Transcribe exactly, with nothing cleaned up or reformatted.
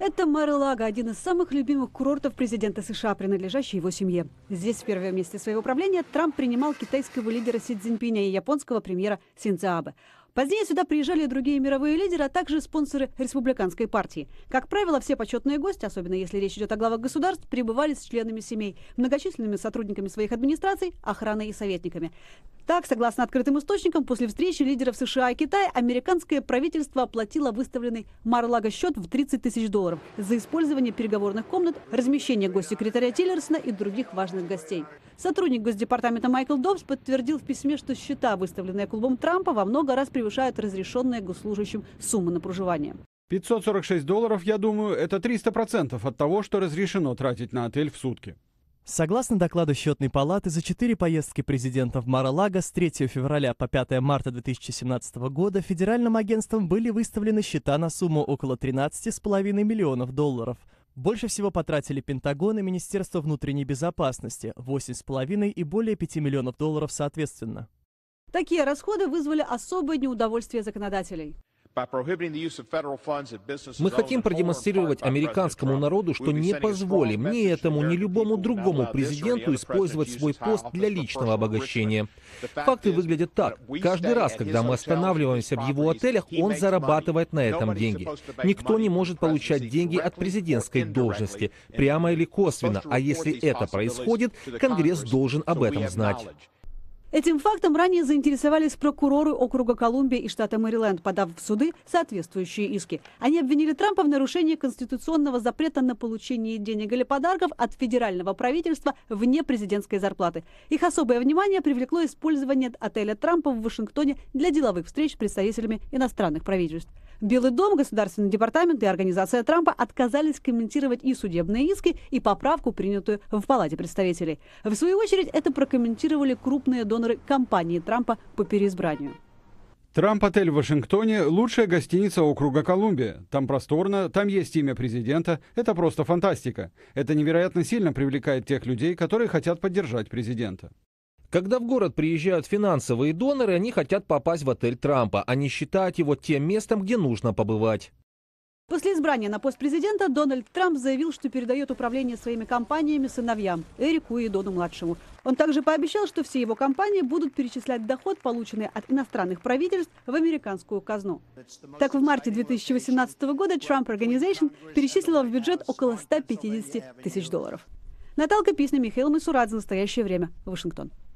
Это Мар-а-Лаго, один из самых любимых курортов президента США, принадлежащий его семье. Здесь в первом месте своего правления Трамп принимал китайского лидера Си Цзиньпиня и японского премьера Синдзо Абе. Позднее сюда приезжали другие мировые лидеры, а также спонсоры республиканской партии. Как правило, все почетные гости, особенно если речь идет о главах государств, прибывали с членами семей, многочисленными сотрудниками своих администраций, охраной и советниками. Так, согласно открытым источникам, после встречи лидеров США и Китая, американское правительство оплатило выставленный Мар-а-Лаго счет в тридцать тысяч долларов за использование переговорных комнат, размещение госсекретаря Тиллерсона и других важных гостей. Сотрудник Госдепартамента Майкл Доббс подтвердил в письме, что счета, выставленные клубом Трампа, во много раз превышают разрешенные госслужащим суммы на проживание. пятьсот сорок шесть долларов, я думаю, это триста процентов от того, что разрешено тратить на отель в сутки. Согласно докладу Счетной палаты, за четыре поездки президента в Мар-а-Лаго с третьего февраля по пятое марта две тысячи семнадцатого года федеральным агентством были выставлены счета на сумму около тринадцати с половиной миллионов долларов. Больше всего потратили Пентагон и Министерство внутренней безопасности – восемь с половиной и более пяти миллионов долларов соответственно. Такие расходы вызвали особое неудовольствие законодателей. Мы хотим продемонстрировать американскому народу, что не позволим ни этому, ни любому другому президенту использовать свой пост для личного обогащения. Факты выглядят так. Каждый раз, когда мы останавливаемся в его отелях, он зарабатывает на этом деньги. Никто не может получать деньги от президентской должности, прямо или косвенно, а если это происходит, Конгресс должен об этом знать. Этим фактом ранее заинтересовались прокуроры округа Колумбия и штата Мэриленд, подав в суды соответствующие иски. Они обвинили Трампа в нарушении конституционного запрета на получение денег или подарков от федерального правительства вне президентской зарплаты. Их особое внимание привлекло использование отеля Трампа в Вашингтоне для деловых встреч с представителями иностранных правительств. Белый дом, Государственный департамент и организация Трампа отказались комментировать и судебные иски, и поправку, принятую в Палате представителей. В свою очередь, это прокомментировали крупные доноры кампании Трампа по переизбранию. Трамп-отель в Вашингтоне – лучшая гостиница округа Колумбия. Там просторно, там есть имя президента. Это просто фантастика. Это невероятно сильно привлекает тех людей, которые хотят поддержать президента. Когда в город приезжают финансовые доноры, они хотят попасть в отель Трампа, а не считают его тем местом, где нужно побывать. После избрания на пост президента Дональд Трамп заявил, что передает управление своими компаниями сыновьям Эрику и Дону-младшему. Он также пообещал, что все его компании будут перечислять доход, полученный от иностранных правительств, в американскую казну. Так, в марте две тысячи восемнадцатого года Trump Organization перечислила в бюджет около ста пятидесяти тысяч долларов. Наталка Писня, Михаил Мисурадзе. Настоящее время. Вашингтон.